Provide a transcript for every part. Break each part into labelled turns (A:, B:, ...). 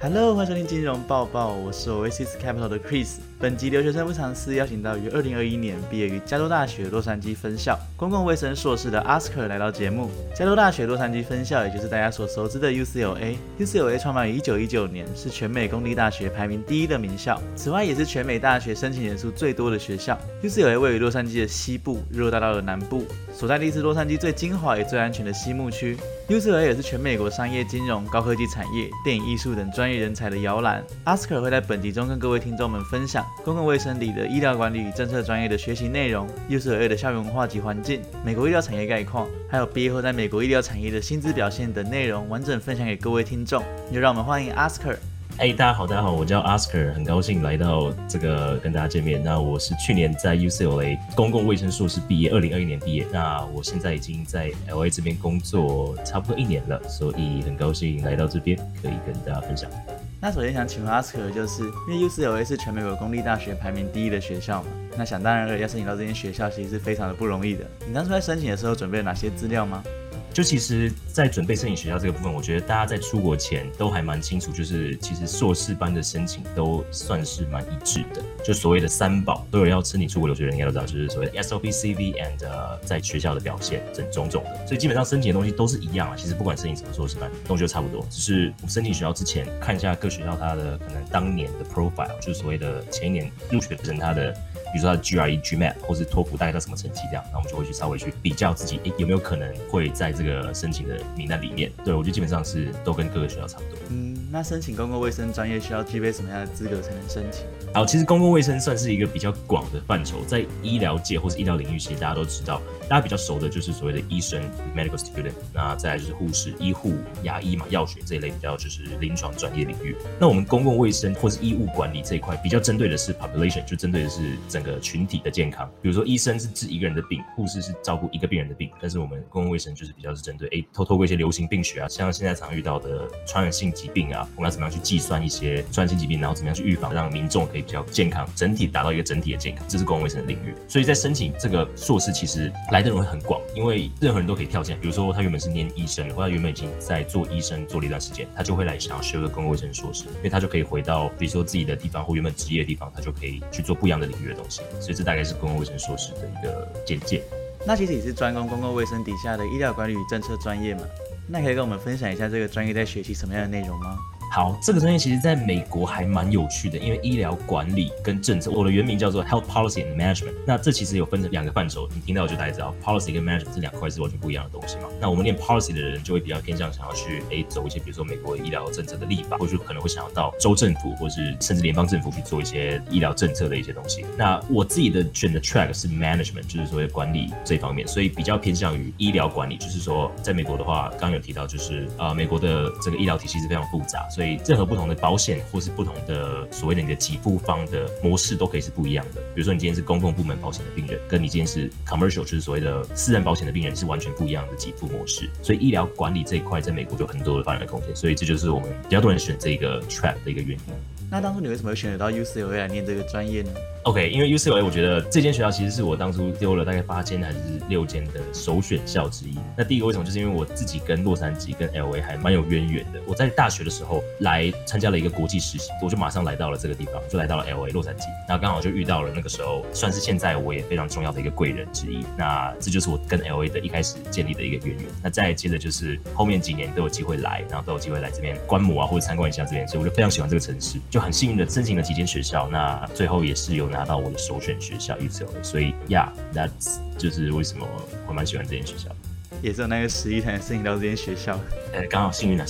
A: Hello，欢迎收听金融报报，我是 Oasis Capital 的 Chris。本集留学生不藏私邀请到于2021年毕业于加州大学洛杉矶分校公共卫生硕士的 Oscar 来到节目。加州大学洛杉矶分校，也就是大家所熟知的 UCLA。UCLA 创办于1919年，是全美公立大学排名第1的名校，此外也是全美大学申请人数最多的学校。UCLA 位于洛杉矶的西部，日落大道的南部，所在地是洛杉矶最精华也最安全的西木区。UCLA 也是全美国商业、金融、高科技产业、电影艺术等专业人才的摇篮。Oscar 会在本集中跟各位听众们分享公共卫生里的医疗管理与政策专业的学习内容、UCLA 的校园文化及环境、美国医疗产业概况，还有毕业后在美国医疗产业的薪资表现等内容，完整分享给各位听众。就让我们欢迎 Oscar。
B: 大家好，我叫 Oscar， 很高兴来到这个跟大家见面。那我是去年在 UCLA 公共卫生硕士毕业，2021年毕业。那我现在已经在 LA 这边工作差不多1年了，所以很高兴来到这边，可以跟大家分享。
A: 那首先想请问 Oscar， 就是因为 UCLA 是全美国公立大学排名第1的学校嘛，那想当然了，要申请到这间学校其实是非常的不容易的。你当初在申请的时候准备了哪些资料吗？
B: 就其实，在准备申请学校这个部分，我觉得大家在出国前都还蛮清楚，就是其实硕士班的申请都算是蛮一致的，就所谓的3宝，所有要申请出国留学的人应该都知道，就是所谓的 SOP、CV and 在学校的表现等种种的，所以基本上申请的东西都是一样啊。其实不管申请什么硕士班，东西都差不多，只是我们申请学校之前看一下各学校它的可能当年的 profile， 就是所谓的前一年入学的人他的。比如说他的 GRE、GMAT 或是托福大概到什么成绩这样，那我们就会去稍微去比较自己，有没有可能会在这个申请的名单里面。对，我觉得基本上是都跟各个学校差不多。
A: 那申请公共卫生专业需要具备什么样的资格才能申请？
B: 好，其实公共卫生算是一个比较广的范畴，在医疗界或是医疗领域，其实大家都知道，大家比较熟的就是所谓的医生 （medical student）， 那再来就是护士、医护、牙医嘛、药学这一类比较就是临床专业领域。那我们公共卫生或是医务管理这一块，比较针对的是 population， 就针对的是整个群体的健康。比如说医生是治一个人的病，护士是照顾一个病人的病，但是我们公共卫生就是比较是针对透过一些流行病学啊，像现在常遇到的传染性疾病啊，我们要怎么样去计算一些传染性疾病，然后怎么样去预防，让民众可以比较健康，整体达到一个整体的健康，这是公共卫生的领域。所以在申请这个硕士，其实来的人会很广，因为任何人都可以跳进来。比如说他原本是念医生的，或他原本已经在做医生做了一段时间，他就会来想要修个公共卫生硕士，因为他就可以回到比如说自己的地方或原本职业的地方，他就可以去做不一样的领域的东西。所以这大概是公共卫生硕士的一个简介。
A: 那其实也是专攻公共卫生底下的医疗管理与政策专业嘛，那可以跟我们分享一下这个专业在学习什么样的内容吗？
B: 好，这个专业其实在美国还蛮有趣的，因为医疗管理跟政策，我的原名叫做 Health Policy and Management。那这其实有分成2个范畴，你听到就大家知道 Policy 跟 Management 这2块是完全不一样的东西嘛。那我们念 Policy 的人就会比较偏向想要去走一些，比如说美国医疗政策的立法，或者可能会想要到州政府或是甚至联邦政府去做一些医疗政策的一些东西。那我自己的选的 track 是 Management， 就是所谓管理这方面，所以比较偏向于医疗管理。就是说，在美国的话，刚刚有提到，就是美国的这个医疗体系是非常复杂，所以任何不同的保险或是不同的所谓的你的给付方的模式都可以是不一样的。比如说你今天是公共部门保险的病人，跟你今天是 commercial 就是所谓的私人保险的病人是完全不一样的给付模式。所以医疗管理这一块在美国就有很多的发展的空间，所以这就是我们比较多人选这个 track 的一个原因。
A: 那当初你为什么会选择到 UCLA 来念这个专业呢
B: ？OK， 因为 UCLA 我觉得这间学校其实是我当初丢了大概8间还是6间的首选校之一。那第一个为什么，就是因为我自己跟洛杉矶跟 LA 还蛮有渊源的。我在大学的时候来参加了一个国际实习，我就马上来到了这个地方，就来到了 LA 洛杉矶，然后刚好就遇到了那个时候算是现在我也非常重要的一个贵人之一。那这就是我跟 LA 的一开始建立的一个渊源。那再接着就是后面几年都有机会来，然后都有机会来这边观摩啊或者参观一下这边，所以我就非常喜欢这个城市，就很幸运的申请了几间学校，那最后也是有拿到我的首选学校 UCLA， 所以 that's 就是为什么我蛮喜欢这间学校，
A: 也是有那个实力才能申请到这间学校。
B: 刚好幸运。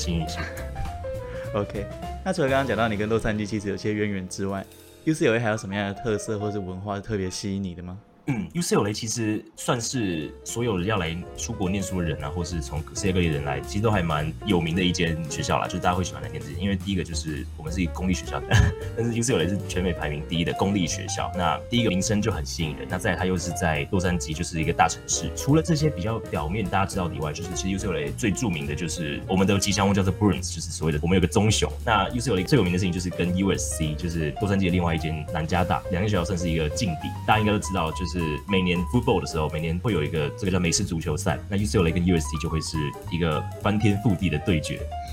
A: OK， 那除了刚刚讲到你跟洛杉矶其实有些渊源之外， UCLA 还有什么样的特色或是文化是特别吸引你的吗
B: ？UCLA 其实算是所有要来出国念书的人啊，或是从世界各地的人来，其实都还蛮有名的一间学校啦，就是大家会喜欢来念这间。因为第一个就是我们是一个公立学校，但是 UCLA 是全美排名第1的公立学校。那第一个名声就很吸引人，那再来它又是在洛杉矶，就是一个大城市。除了这些比较表面大家知道的以外，就是其实 UCLA 最著名的就是我们的吉祥物叫做 Bruins， 就是所谓的我们有个棕熊。那 UCLA 最有名的事情就是跟 USC， 就是洛杉矶的另外一间南加大，2间学校算是一个劲敌。大家应该都知道，就是每年 football 的时候，每年会有一个这个叫美式足球赛，那 UCLA 跟 USC 就会是一个翻天覆地的对决。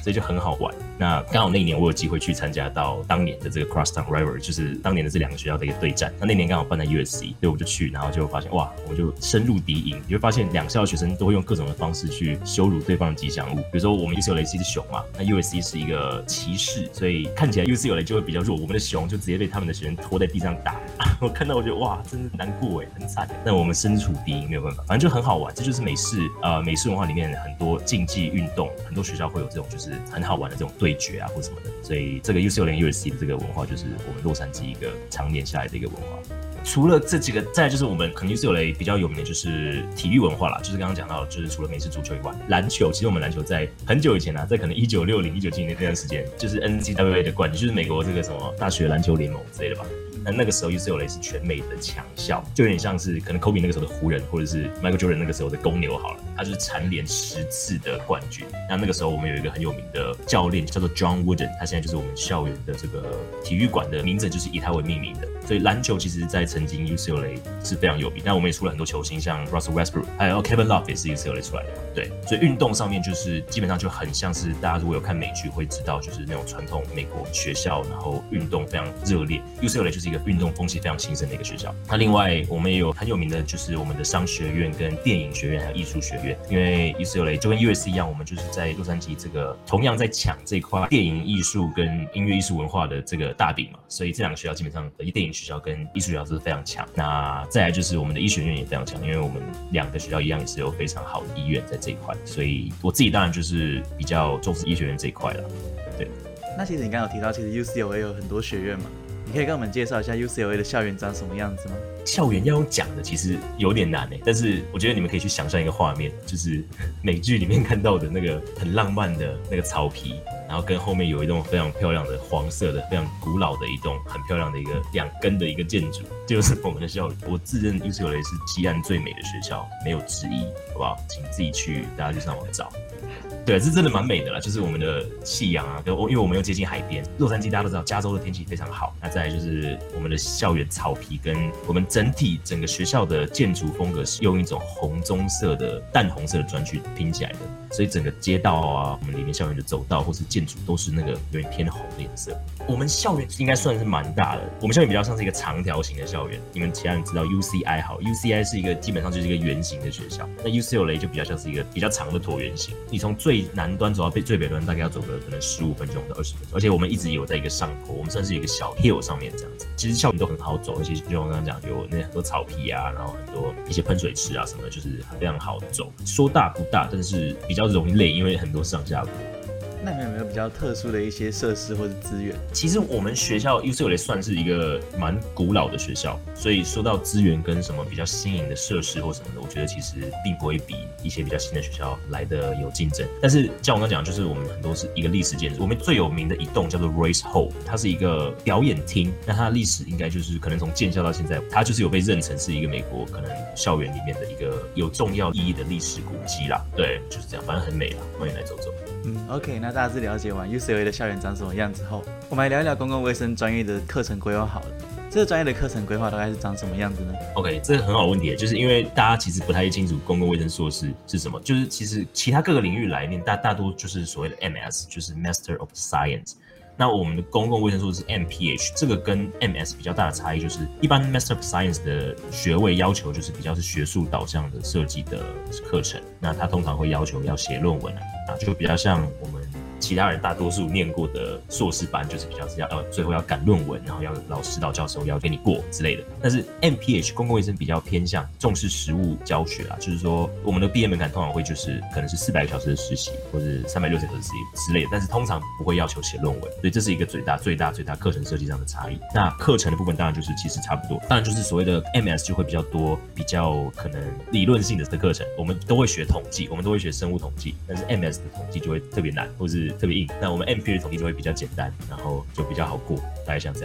B: 所以就很好玩。那刚好那一年我有机会去参加到当年的这个 Crosstown Rivalry， 就是当年的这两个学校的一个对战。那年刚好办在 USC， 所以我就去，然后就发现哇，我就深入敌营，你会发现两校的学生都会用各种的方式去羞辱对方的吉祥物。比如说我们 UCLA 是一只熊嘛，那 USC 是一个骑士，所以看起来 UCLA 就会比较弱，我们的熊就直接被他们的学生拖在地上打。我看到我觉得哇，真的难过很惨。但我们身处敌营没有办法，反正就很好玩。这就是美式文化里面很多竞技运动，很多学校会有这种就是很好玩的这种对决啊或什么的。所以这个 UCLA USC 的这个文化就是我们洛杉矶一个常年下来的一个文化。除了这几个，再来就是我们可能 UCLA 比较有名的就是体育文化啦，就是刚刚讲到，就是除了美式足球以外，篮球，其实我们篮球在很久以前啊，在可能1960、1970那段时间，就是 NCAA 的冠军，就是美国这个什么大学篮球联盟之类的吧。那个时候 UCLA 是全美的强校，就有点像是可能 Kobe 那个时候的湖人，或者是 Michael Jordan 那个时候的公牛好了，他就是蝉联10次的冠军。那个时候我们有一个很有名的教练叫做 John Wooden， 他现在就是我们校园的这个体育馆的名字就是以他为命名的。所以篮球其实在曾经 UCLA 是非常有名，那我们也出了很多球星，像 Russell Westbrook， 还有 Kevin Love 也是 UCLA 出来的。对，所以运动上面就是基本上就很像是大家如果有看美剧会知道，就是那种传统美国学校，然后运动非常热烈。UCLA 就是一个运动风气非常兴盛的一个学校。那另外我们也有很有名的就是我们的商学院跟电影学院还有艺术学院，因为 UCLA 就跟 USC 一样，我们就是在洛杉矶这个同样在抢这块电影艺术跟音乐艺术文化的这个大饼嘛，所以这两个学校基本上的电影学校跟艺术学校是非常强。那再来就是我们的医学院也非常强，因为我们两个学校一样也是有非常好的医院在这一块，所以我自己当然就是比较重视医学院这一块了。对，
A: 那其实你刚刚有提到，其实 UCLA 有很多学院嘛，你可以跟我们介绍一下 UCLA 的校园长什么样子吗？
B: 校园要用讲的其实有点难但是我觉得你们可以去想象一个画面，就是美剧里面看到的那个很浪漫的那个草皮，然后跟后面有一栋非常漂亮的黄色的非常古老的一栋很漂亮的一个2根的一个建筑，就是我们的校园。我自认 UCLA 是西岸最美的学校，没有之一，好不好？请自己去，大家去上网找。对，是真的蛮美的啦，就是我们的夕阳啊，因为我们又接近海边，洛杉矶大家都知道，加州的天气非常好。那再来就是我们的校园草皮，跟我们整个学校的建筑风格是用一种红棕色的淡红色的砖去拼起来的，所以整个街道啊，我们里面校园的走道或是建筑都是那个有点偏红的颜色。我们校园应该算是蛮大的，我们校园比较像是一个长条形的校园。你们其他人知道 UCI 好 ，UCI 是一个基本上就是一个圆形的学校，那 UCLA 就比较像是一个比较长的椭圆形。你从最南端走到最北端，大概要走个可能15分钟到20分钟，而且我们一直有在一个上坡，我们算是有一个小 hill 上面这样子。其实校园都很好走，而且就像我刚刚讲，有那很多草皮啊，然后很多一些喷水池啊什么的，就是非常好走。说大不大，但是比较容易累，因为很多上下坡。
A: 那你们有没有比较特殊的一些设施或者资源？
B: 其实我们学校 UCLA 算是一个蛮古老的学校，所以说到资源跟什么比较新颖的设施或什么的，我觉得其实并不会比一些比较新的学校来的有竞争。但是像我刚刚讲，就是我们很多是一个历史建筑，我们最有名的一栋叫做 Royce Hall， 它是一个表演厅，那它的历史应该就是可能从建校到现在，它就是有被认成是一个美国可能校园里面的一个有重要意义的历史古迹啦。对，就是这样，反正很美啦，欢迎来走走。
A: OK， 那大致了解完 UCLA 的校园长什么样子后，我们来聊一聊公共卫生专业的课程规划好了。这个专业的课程规划大概是长什么样子呢
B: ？OK， 这个很好的问题，就是因为大家其实不太清楚公共卫生硕士是什么，就是其实其他各个领域来念大多就是所谓的 MS， 就是 Master of Science。那我们的公共卫生硕士是 MPH， 这个跟 MS 比较大的差异就是，一般 Master of Science 的学位要求就是比较是学术导向的设计的课程，那它通常会要求要写论文就比较像我们其他人大多数念过的硕士班，就是比较是要最后要赶论文，然后要老师导教授要给你过之类的。但是 MPH 公共卫生比较偏向重视实务教学啦，就是说我们的毕业门槛通常会就是可能是400个小时的实习，或是360小时的实习之类的，但是通常不会要求写论文，所以这是一个最大课程设计上的差异。那课程的部分当然就是其实差不多，当然就是所谓的 MS 就会比较多，比较可能理论性的课程，我们都会学统计，我们都会学生物统计，但是 MS 的统计就会特别难，或是特别硬。那我们 MPH 的统计就会比较简单，然后就比较好过，大概像这样。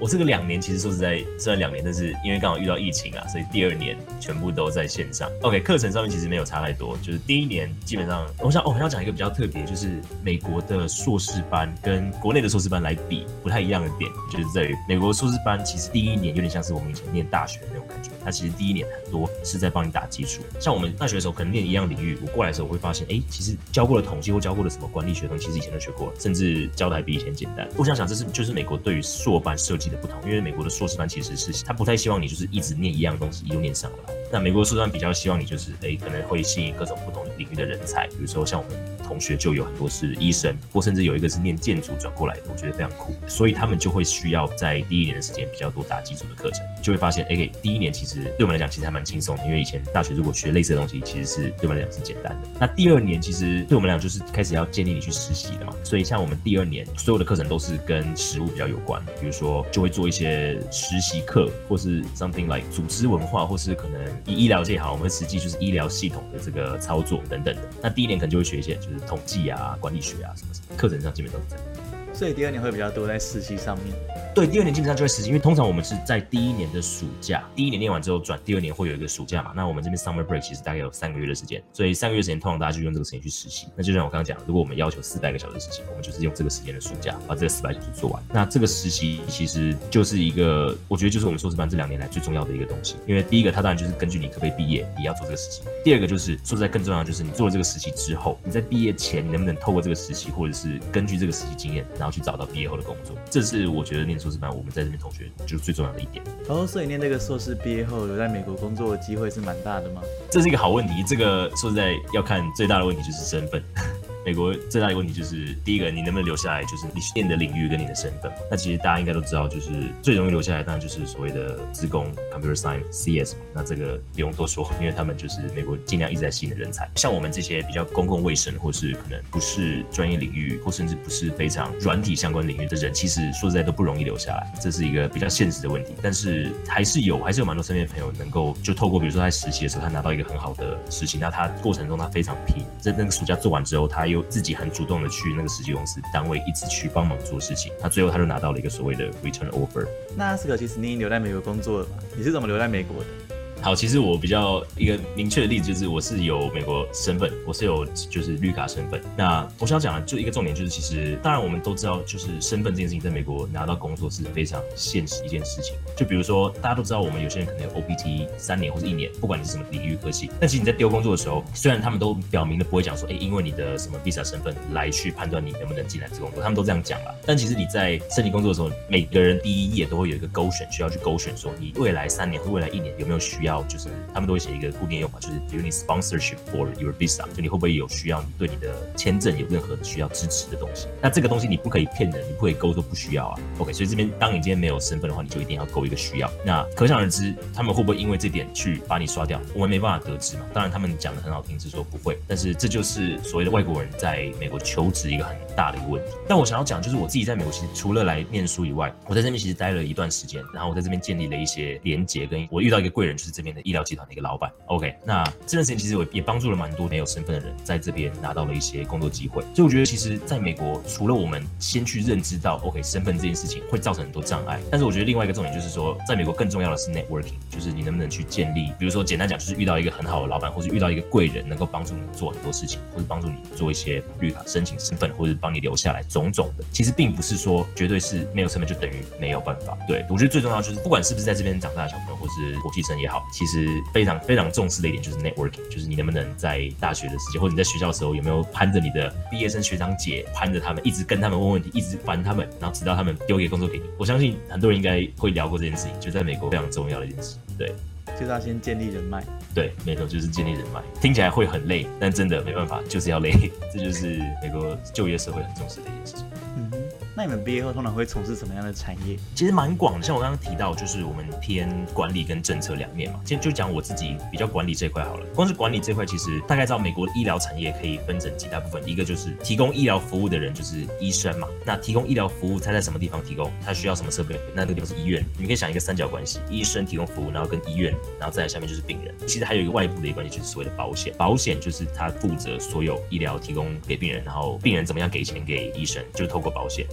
B: 我这个2年其实说实在，虽然2年，但是因为刚好遇到疫情啊，所以第2年全部都在线上。OK， 课程上面其实没有差太多，就是第1年基本上，我要讲一个比较特别，就是美国的硕士班跟国内的硕士班来比不太一样的点，就是在于美国硕士班其实第1年有点像是我们以前念大学的那种感觉，它其实第1年很多是在帮你打基础。像我们大学的时候可能念一样领域，我过来的时候我会发现，其实教过的统计或教过的什么管理学的东西，其实以前都学过了，甚至教的还比以前简单。我想这就是美国对于硕班设计的不同，因为美国的硕士班其实是他不太希望你就是一直念一样东西一路念上来，那美国硕士班比较希望你就是可能会吸引各种不同领域的人才，比如说像我们同学就有很多是医生，或甚至有一个是念建筑转过来的，我觉得非常酷，所以他们就会需要在第1年的时间比较多打基础的课程，就会发现第1年其实对我们来讲其实还蛮轻松的，因为以前大学如果学类似的东西其实是对我们来讲是简单的。那第2年其实对我们来讲就是开始要建立你去实习的嘛，所以像我们第2年所有的课程都是跟实务比较有关的，比如说就会做一些实习课，或是 something like 组织文化，或是可能以医疗界好，我们会实际就是医疗系统的这个操作等等的。那第1年可能就会学一些就是统计啊、管理学啊什么课程上基本都是这样。
A: 所以第2年会比较多在实习上面。
B: 对，第2年基本上就会实习，因为通常我们是在第1年的暑假，第1年念完之后转第2年会有一个暑假嘛。那我们这边 summer break 其实大概有3个月的时间，所以3个月时间通常大家就用这个时间去实习。那就像我刚刚讲，如果我们要求400个小时实习，我们就是用这个时间的暑假把这个400小时做完。那这个实习其实就是一个，我觉得就是我们硕士班这2年来最重要的一个东西，因为第一个它当然就是根据你可不可以毕业，你要做这个实习。第二个就是说实在更重要的就是你做了这个实习之后，你在毕业前你能不能透过这个实习，或者是根据这个实习经验，然后去找到毕业后的工作，这是我觉得念硕士班我们在这边同学就是最重要的一点。
A: 所以念这个硕士毕业后留在美国工作的机会是蛮大的吗？
B: 这是一个好问题，这个说实在要看最大的问题就是身份。美国最大的问题就是第一个，你能不能留下来，就是你念的领域跟你的身份。那其实大家应该都知道，就是最容易留下来，当然就是所谓的资工 （Computer Science，CS）。那这个不用多说，因为他们就是美国尽量一直在吸引的人才。像我们这些比较公共卫生，或是可能不是专业领域，或甚至不是非常软体相关领域的人，其实说实在都不容易留下来，这是一个比较现实的问题。但是还是有蛮多身边的朋友能够就透过比如说在实习的时候，他拿到一个很好的实习，那他过程中他非常拼，在那个暑假做完之后，他又自己很主动的去那个实习公司单位一直去帮忙做事情，那最后他就拿到了一个所谓的 return offer。
A: 那阿斯克其实你已经留在美国工作了嘛？你是怎么留在美国的？
B: 好，其实我比较一个明确的例子就是我是有美国身份，我是有就是绿卡身份。那我想讲的就一个重点就是，其实当然我们都知道，就是身份这件事情在美国拿到工作是非常现实一件事情。就比如说大家都知道，我们有些人可能有 OPT 3年或是1年，不管你是什么领域科系，但其实你在丢工作的时候，虽然他们都表明的不会讲说，因为你的什么 visa 身份来去判断你能不能进来这个工作，他们都这样讲啦。但其实你在申请工作的时候，每个人第一页都会有一个勾选，需要去勾选说你未来3年或未来1年有没有需要。就是他们都会写一个固定用法，就是比如你 sponsorship for your visa， 就你会不会有需要，你对你的签证有任何的需要支持的东西。那这个东西你不可以骗人，你不可以勾说不需要啊。OK， 所以这边当你今天没有身份的话，你就一定要勾一个需要。那可想而知，他们会不会因为这点去把你刷掉，我们没办法得知嘛。当然他们讲的很好听是说不会，但是这就是所谓的外国人在美国求职一个很大的一个问题。但我想要讲就是我自己在美国其实除了来念书以外，我在这边其实待了一段时间，然后我在这边建立了一些连结，跟我遇到一个贵人，就是这边的医疗集团的一个老板。OK， 那这段时间其实我也帮助了蛮多没有身份的人在这边拿到了一些工作机会。所以我觉得其实在美国，除了我们先去认知到 OK 身份这件事情会造成很多障碍，但是我觉得另外一个重点就是说，在美国更重要的是 networking， 就是你能不能去建立，比如说简单讲就是遇到一个很好的老板，或是遇到一个贵人能够帮助你做很多事情，或是帮助你做一些绿卡申请身份，或者帮你留下来种种的。其实并不是说绝对是没有身份就等于没有办法。对，我觉得最重要就是不管是不是在这边长大的小朋友，或是国际生也好，其实非常非常重视的一点就是 networking， 就是你能不能在大学的时间，或者你在学校的时候有没有攀着你的毕业生学长姐，攀着他们，一直跟他们问问题，一直烦他们，然后直到他们丢一个工作给你。我相信很多人应该会聊过这件事情，就在美国非常重要的一件事。对，
A: 就是要先建立人脉。
B: 对，没错，就是建立人脉。听起来会很累，但真的没办法，就是要累。这就是美国就业社会很重视的一件事情。
A: 那你们毕业后通常会从事什么样的产业？
B: 其实蛮广的，像我刚刚提到，就是我们偏管理跟政策2面嘛。今天就讲我自己比较管理这块好了。光是管理这块，其实大概知道美国的医疗产业可以分成几大部分，一个就是提供医疗服务的人，就是医生嘛。那提供医疗服务，他在什么地方提供？他需要什么设备？那个地方是医院。你们可以想一个三角关系：医生提供服务，然后跟医院，然后再来下面就是病人。其实还有一个外部的一个关系，就是所谓的保险。保险就是他负责所有医疗提供给病人，然后病人怎么样给钱给医生，就是透过保险。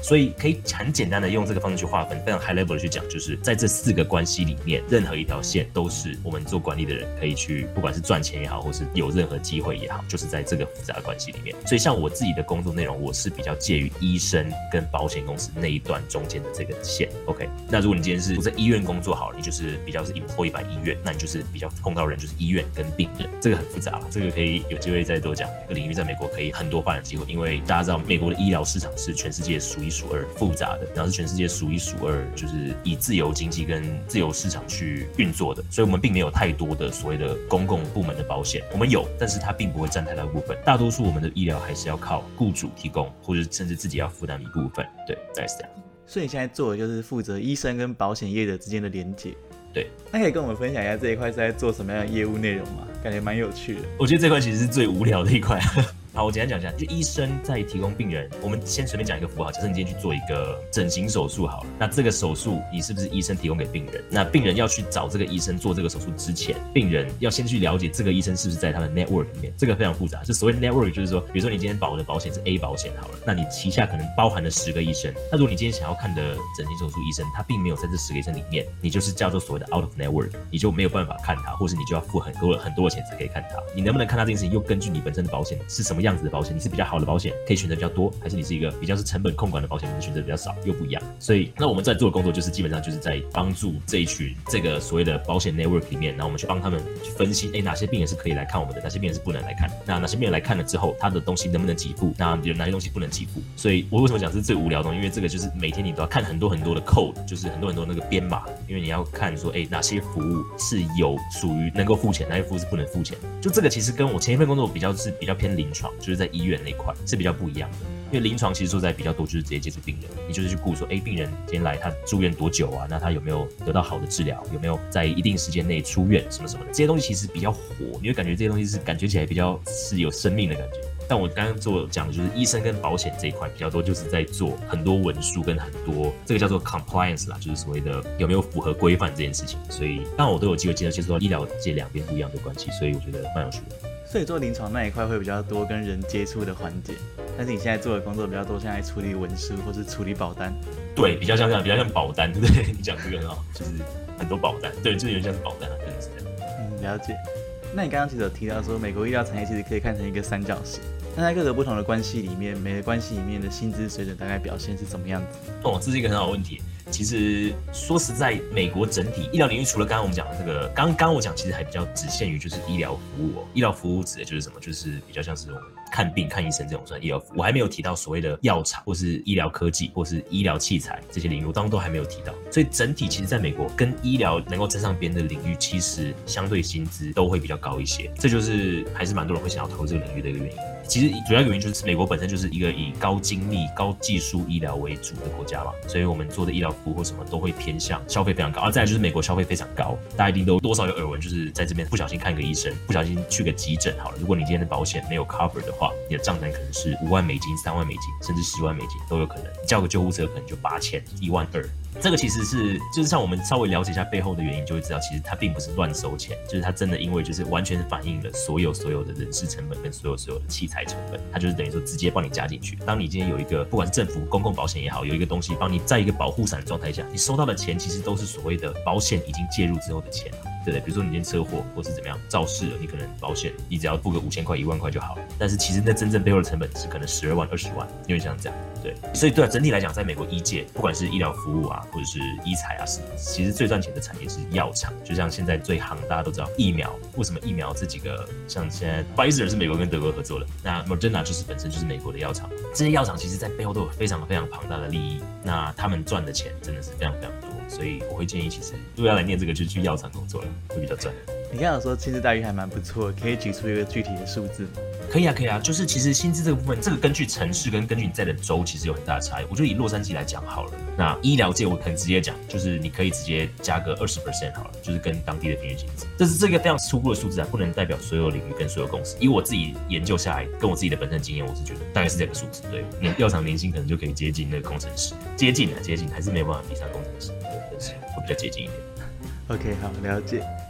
B: 所以可以很简单的用这个方式去划分，非常 high level 的去讲，就是在这4个关系里面，任何一条线都是我们做管理的人可以去，不管是赚钱也好，或是有任何机会也好，就是在这个复杂的关系里面。所以像我自己的工作内容，我是比较介于医生跟保险公司那一段中间的这个线。OK， 那如果你今天是在医院工作好了，你就是比较是 employee by 医院，那你就是比较碰到人就是医院跟病人，这个很复杂了，这个可以有机会再多讲。这个领域在美国可以很多发展机会，因为大家知道美国的医疗市场是全世界数一数二复杂的，然后是全世界数一数二就是以自由经济跟自由市场去运作的，所以我们并没有太多的所谓的公共部门的保险，我们有，但是它并不会占太大部分，大多数我们的医疗还是要靠雇主提供，或者甚至自己要负担一部分。对，大概是这样。
A: 所以你现在做的就是负责医生跟保险业者之间的连结。
B: 对，
A: 那可以跟我们分享一下这一块是在做什么样的业务内容吗？感觉蛮有趣的。
B: 我觉得这块其实是最无聊的一块。好，我简单讲一下，就医生在提供病人，我们先随便讲一个符号，假设你今天去做一个整形手术好了，那这个手术你是不是医生提供给病人？那病人要去找这个医生做这个手术之前，病人要先去了解这个医生是不是在他的 network 里面，这个非常复杂。就所谓的 network 就是说，比如说你今天保的保险是 A 保险好了，那你旗下可能包含了10个医生，那如果你今天想要看的整形手术医生，他并没有在这10个医生里面，你就是叫做所谓的 out of network， 你就没有办法看他，或是你就要付很多的钱才可以看他。你能不能看他这件事情，又根据你本身的保险是什么样子的保险，你是比较好的保险可以选择比较多，还是你是一个比较是成本控管的保险，你选择比较少，又不一样。所以那我们在做的工作就是基本上就是在帮助这一群这个所谓的保险 network 里面，然后我们去帮他们去分析，哪些病人是可以来看我们的，哪些病人是不能来看，那哪些病人来看了之后，他的东西能不能给付，那有哪些东西不能给付。所以我为什么讲是最无聊的东西，因为这个就是每天你都要看很多的 code， 就是很多那个编码，因为你要看说，哪些服务是有属于能够付钱，哪些服务是不能付钱。就这个其实跟我前一份工作比较偏临床，就是在医院那一块是比较不一样的。因为临床其实说在比较多就是直接接触病人，你就是去顾说，病人今天来他住院多久啊？那他有没有得到好的治疗？有没有在一定时间内出院？什么什么的，这些东西其实比较活，你会感觉这些东西是感觉起来比较是有生命的感觉。但我刚刚讲的就是医生跟保险这一块比较多，就是在做很多文书跟很多这个叫做 compliance 啦，就是所谓的有没有符合规范这件事情。所以当然我都有机会接触到医疗界两边不一样的关系，所以我觉得蛮有趣的。
A: 所以做临床那一块会比较多跟人接触的环节，但是你现在做的工作比较多，像在处理文书或是处理保单。
B: 对，比较像保单，对不对？你讲这个很好，就是很多保单，对，就有点像是保单啊，真的是这样。
A: 了解。那你刚刚其实有提到说，美国医疗产业其实可以看成一个三角形。那在各个不同的关系里面，每个关系里面的薪资水准大概表现是怎么样子？
B: 这是一个很好的问题。其实说实在，美国整体医疗领域除了刚刚我们讲的这个，刚刚我讲其实还比较只限于就是医疗服务。医疗服务指的就是什么？就是比较像是我们看病看医生这种算医疗服务。我还没有提到所谓的药厂或是医疗科技或是医疗器材这些领域，我当中都还没有提到。所以整体其实在美国跟医疗能够沾上边的领域，其实相对薪资都会比较高一些。这就是还是蛮多人会想要投入这个领域的一个原因。其实主要原因就是美国本身就是一个以高精密、高技术医疗为主的国家嘛，所以我们做的医疗服务或什么都会偏向消费非常高。再来就是美国消费非常高，大家一定都多少有耳闻，就是在这边不小心看个医生，不小心去个急诊好了，如果你今天的保险没有 cover 的话，你的账单可能是5万美金、3万美金，甚至10万美金都有可能。叫个救护车可能就8000、12000。这个其实是就是像我们稍微了解一下背后的原因，就会知道其实它并不是乱收钱，就是它真的因为就是完全反映了所有的人事成本跟所有的器材成本，它就是等于说直接帮你加进去。当你今天有一个不管是政府公共保险也好，有一个东西帮你在一个保护伞的状态下，你收到的钱其实都是所谓的保险已经介入之后的钱，对不对？比如说你今天车祸或是怎么样肇事了，你可能保险你只要付个5000块、1万块就好了，但是其实那真正背后的成本是可能12万、20万，因为像这样。对，所以对整体来讲，在美国医界，不管是医疗服务啊，或者是医材啊，其实最赚钱的产业是药厂。就像现在最行，大家都知道疫苗，为什么疫苗这几个，像现在 Pfizer 是美国跟德国合作的，那 Moderna 就是本身就是美国的药厂。这些药厂其实在背后都有非常非常庞大的利益，那他们赚的钱真的是非常非常多。所以我会建议，其实如果要来念这个，就去药厂工作了，会比较赚。
A: 你刚刚有说薪资待遇还蛮不错的，可以举出一个具体的数字吗？
B: 可以啊，就是其实薪资这个部分，这个根据城市跟根据你在的州其实有很大的差异。我觉得以洛杉矶来讲好了，那医疗界我可能直接讲，就是你可以直接加个20% 好了，就是跟当地的平均薪资。这个非常初步的数字啊，不能代表所有领域跟所有公司。以我自己研究下来，跟我自己的本身经验，我是觉得大概是这个数字。对，药厂年薪可能就可以接近那个工程师，接近还是没有办法比上工程师，但是会比较接近一点。
A: OK， 好，了解。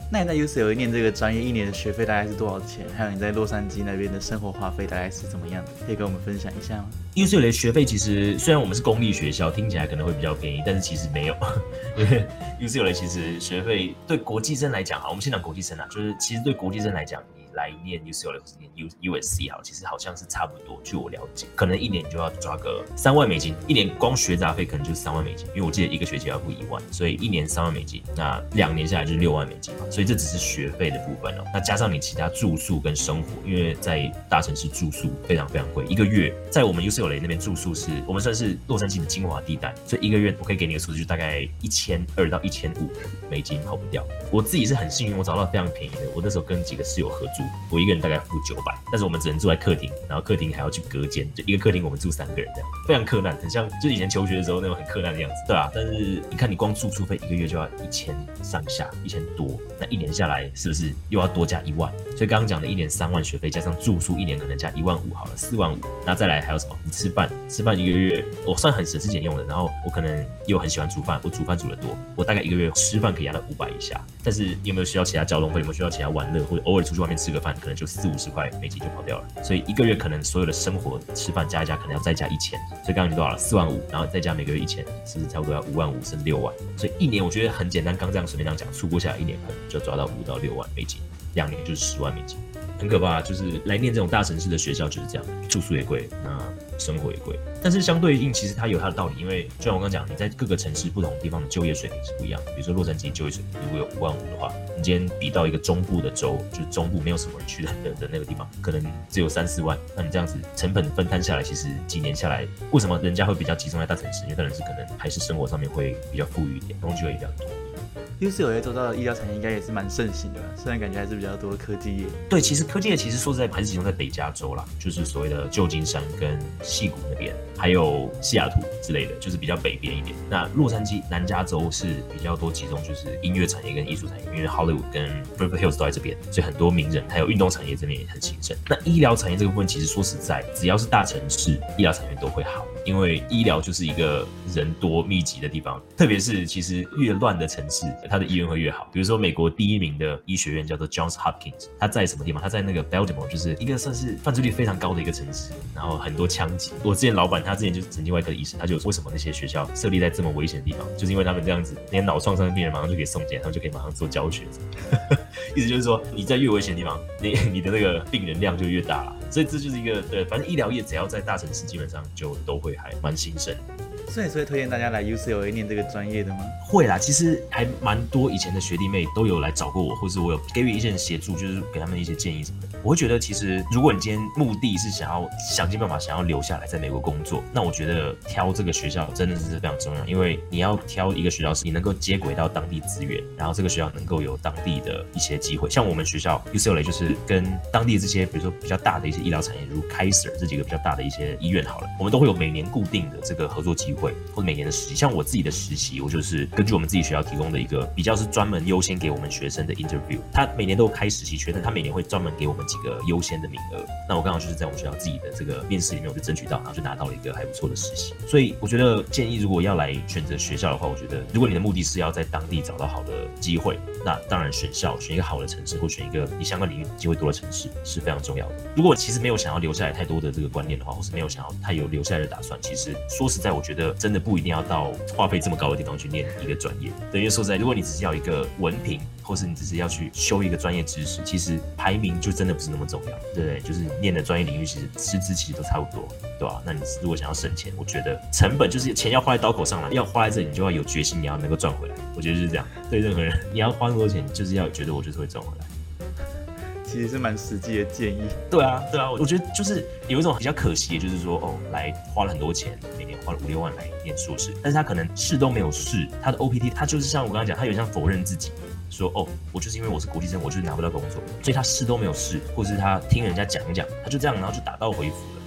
A: 那你在 UCLA 念这个专业，一年的学费大概是多少钱？还有你在洛杉矶那边的生活花费大概是怎么样的？可以跟我们分享一下吗
B: ？UCLA 的学费其实虽然我们是公立学校，听起来可能会比较便宜，但是其实没有，因为 UCLA 其实学费对国际生来讲，我们先讲国际生啊，就是其实对国际生来讲，你来念 UCLA 或是念 USC 其实好像是差不多。据我了解，可能一年你就要抓个3万美金，一年光学杂费可能就是3万美金，因为我记得一个学期要付1万，所以一年3万美金，那2年下来就是6万美金嘛。所以这只是学费的部分哦。那加上你其他住宿跟生活，因为在大城市住宿非常非常贵，一个月在我们 UCLA 那边住宿是我们算是洛杉矶的精华地带，所以一个月我可以给你的数字就大概1200到1500美金，跑不掉。我自己是很幸运，我找到非常便宜的。我那时候跟几个室友合租，我一个人大概付900，但是我们只能住在客厅，然后客厅还要去隔间，就一个客厅我们住3个人这样，非常克难，很像就以前求学的时候那种很克难的样子，对啊。但是你看，你光住宿费一个月就要1000上下，1000多，那一年下来是不是又要多加1万？所以刚刚讲的一年3万学费，加上住宿一年可能加1万5好了，4万5。那再来还有什么？你吃饭一个月，我算很省吃俭用的，然后我可能又很喜欢煮饭，我煮饭煮得多，我大概一个月吃饭可以压到500以下。但是你有没有需要其他交通费？有没有需要其他玩乐，或者偶尔出去外面吃个饭，可能就40-50块美金就跑掉了。所以一个月可能所有的生活吃饭加一加，可能要再加1000。所以刚刚你多少了？4万5，然后再加每个月1000，是不是差不多要5万5甚至6万？所以一年我觉得很简单，刚这样随便这样讲，出国下来一年可能就抓到5到6万美金，2年就是10万美金。很可怕，就是来念这种大城市的学校就是这样，住宿也贵，那生活也贵。但是相对应，其实它有它的道理，因为就像我刚刚讲，你在各个城市不同地方的就业水平是不一样的。比如说洛杉矶就业水平如果有5万5的话，你今天比到一个中部的州，就是中部没有什么人去的那个地方，可能只有3-4万。那你这样子成本分摊下来，其实几年下来，为什么人家会比较集中在大城市？因为当然是可能还是生活上面会比较富裕一点，工具会比较多。
A: UCLA 周遭的医疗产业应该也是蛮盛行的吧，虽然感觉还是比较多科技业。
B: 对，其实科技业其实说实在还是集中在北加州啦，就是所谓的旧金山跟矽谷那边，还有西雅图之类的，就是比较北边一点。那洛杉矶南加州是比较多集中，就是音乐产业跟艺术产业，因为 Hollywood 跟 Beverly Hills 都在这边，所以很多名人还有运动产业这边也很兴盛。那医疗产业这个部分，其实说实在，只要是大城市，医疗产业都会好。因为医疗就是一个人多密集的地方，特别是其实越乱的城市，它的医院会越好。比如说美国第1名的医学院叫做 Johns Hopkins， 它在什么地方？它在那个 Baltimore， 就是一个算是犯罪率非常高的一个城市，然后很多枪击。我之前老板他之前就是神经外科的医生，他就说为什么那些学校设立在这么危险的地方，就是因为他们这样子，那些脑创伤的病人马上就可以送进来，他们就可以马上做教学。意思就是说你在越危险的地方，你的那个病人量就越大了。所以这就是一个对，反正医疗业只要在大城市，基本上就都会还蛮兴盛。
A: 所以你是会推荐大家来 UCLA 念这个专业的吗？
B: 会啦，其实还蛮多以前的学弟妹都有来找过我，或是我有给予一些协助，就是给他们一些建议什么的。我会觉得，其实如果你今天目的是想尽办法想要留下来在美国工作，那我觉得挑这个学校真的是非常重要，因为你要挑一个学校是你能够接轨到当地资源，然后这个学校能够有当地的一些机会。像我们学校 UCLA 就是跟当地这些比如说比较大的一些医疗产业，如 Kaiser 这几个比较大的一些医院好了，我们都会有每年固定的这个合作机会，或者每年的实习。像我自己的实习，我就是根据我们自己学校提供的一个比较是专门优先给我们学生的 interview， 他每年都开实习缺，但他每年会专门给我们几个优先的名额。那我刚好就是在我们学校自己的这个面试里面，我就争取到，然后就拿到了一个还不错的实习。所以我觉得建议，如果要来选择学校的话，我觉得如果你的目的是要在当地找到好的机会，那当然选一个好的城市，或选一个你相关领域机会多的城市是非常重要的。如果其实没有想要留下来太多的这个观念的话，或是没有想要太有留下来的打算，其实说实在，我觉得真的不一定要到花费这么高的地方去念一个专业。对，因为说实在，如果你只是要一个文凭，或是你只是要去修一个专业知识，其实排名就真的不是那么重要，对不对？就是念的专业领域，其实师资其实都差不多，对吧？那你如果想要省钱，我觉得成本就是钱要花在刀口上了，要花在这里，你就要有决心，你要能够赚回来。我觉得就是这样，对任何人，你要花那么多钱，就是要觉得我就是会赚回来。
A: 其实是蛮实际的建议。
B: 对啊，我觉得就是有一种比较可惜的，就是说来花了很多钱，每年花了5-6万来念硕士，但是他可能试都没有试，他的 OPT 他就是像我刚刚讲，他有点像否认自己，说我就是因为我是国际生，我就是拿不到工作，所以他试都没有试，或是他听人家讲一讲，他就这样，然后就打道回府了。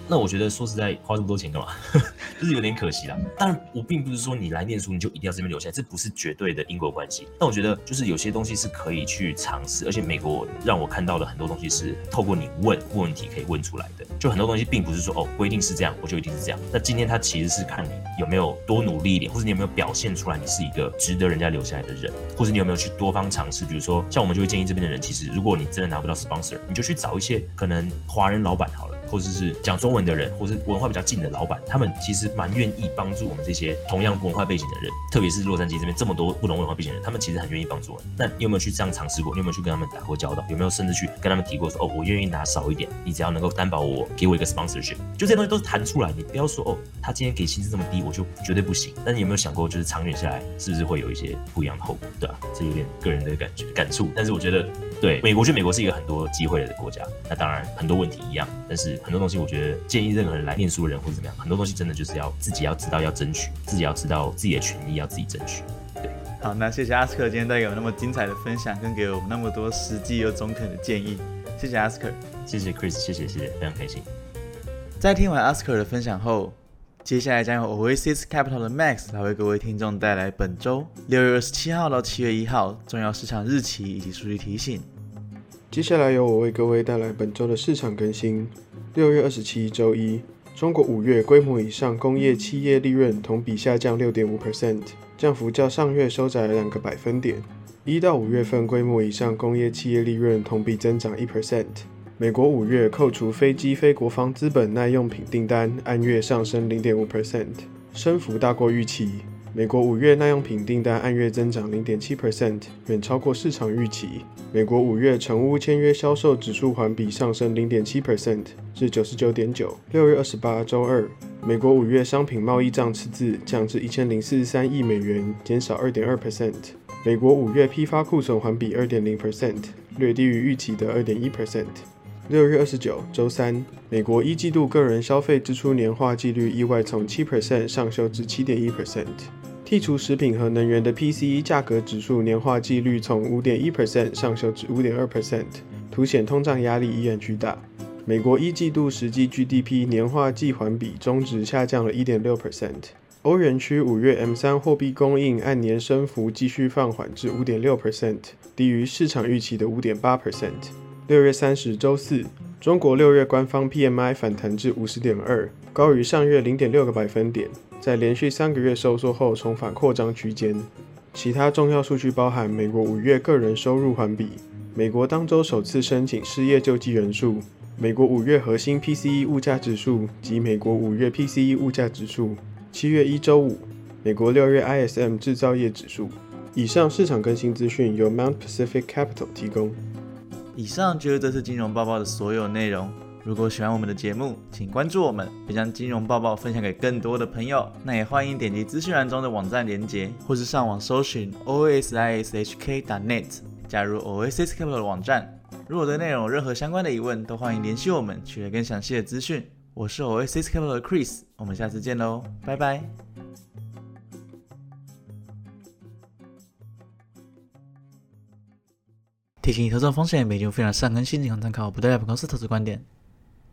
B: 那我觉得说实在花这么多钱干嘛？就是有点可惜啦。当然，我并不是说你来念书你就一定要这边留下来，这不是绝对的因果关系。但我觉得就是有些东西是可以去尝试，而且美国让我看到的很多东西是透过你问问题可以问出来的。就很多东西并不是说规定是这样，我就一定是这样。那今天它其实是看你有没有多努力一点，或者你有没有表现出来你是一个值得人家留下来的人，或者你有没有去多方尝试。比如说，像我们就会建议这边的人，其实如果你真的拿不到 sponsor， 你就去找一些可能华人老板好了。或者是讲中文的人，或是文化比较近的老板，他们其实蛮愿意帮助我们这些同样文化背景的人，特别是洛杉矶这边这么多不同文化背景的人，他们其实很愿意帮助我们。那你有没有去这样尝试过？你有没有去跟他们打过交道？有没有甚至去跟他们提过说，我愿意拿少一点，你只要能够担保我，给我一个 sponsorship， 就这些东西都是谈出来。你不要说他今天给薪资这么低，我就绝对不行。但你有没有想过，就是长远下来是不是会有一些不一样的后果？对啊，这有点个人的感触。但是我觉得，对美国，我觉得美国是一个很多机会的国家。那当然很多问题一样，但是很多东西我觉得。建议任何人来念书的人或者怎么样，很多东西真的就是要自己要知道要争取，自己要知道自己的权益要自己争取。对，
A: 好，那谢谢阿斯克今天带给我们那么精彩的分享，跟给我们那么多实际又中肯的建议。谢谢阿斯克，
B: 谢谢 Chris， 谢谢，非常开心。
A: 在听完阿斯克的分享后，接下来将由 Oasis Capital 的 Max 来为各位听众带来本周6月27号到7月1号重要市场日期以及数据提醒。
C: 接下来由我为各位带来本周的市场更新。6月27周一，中国5月规模以上工业企业利润同比下降 6.5%， 降幅较上月收窄了2个百分点。1到5月份规模以上工业企业利润同比增长 1%。美国5月扣除飞机非国防资本耐用品订单按月上升 0.5%， 升幅大过预期。美国5月耐用品订单按月增长 0.7%， 远超过市场预期。美国5月成屋签约销售指数环比上升 0.7% 至 99.9。6月28周二，美国5月商品贸易账赤字降至1043亿美元，减少 2.2%。美国5月批发库存环比 2.0%， 略低于预期的 2.1%。6月29周三，美国一季度个人消费支出年化季率意外从 7% 上修至 7.1%。剔除食品和能源的 PCE 价格指数年化季率从 5.1% 上修至 5.2%， 凸显通胀压力依然巨大。美国一季度实际 GDP 年化季环比中值下降了 1.6%。欧元区5月 M3 货币供应按年升幅继续放缓至 5.6%， 低于市场预期的 5.8%。6月30周四，中国6月官方 PMI 反弹至 50.2， 高于上月 0.6 个百分点，在连续3个月收缩后重返扩张区间。其他重要数据包含美国5月个人收入环比，美国当周首次申请失业救济人数，美国5月核心 PCE 物价指数及美国5月 PCE 物价指数。7月1周5，美国6月 ISM 制造业指数。以上市场更新资讯由 Mount Pacific Capital 提供。
A: 以上就是这次金融报报的所有内容。如果喜欢我们的节目，请关注我们，并将金融报报分享给更多的朋友。那也欢迎点击资讯栏中的网站连结，或是上网搜寻 oasishk.net， 加入 Oasis Capital 的网站。如果对内容有任何相关的疑问，都欢迎联系我们，取得更详细的资讯。我是 Oasis Capital 的 Chris， 我们下次见喽，拜拜。提醒你，投资风险每节目非常善跟新进行参考，不代表本公司投资观点。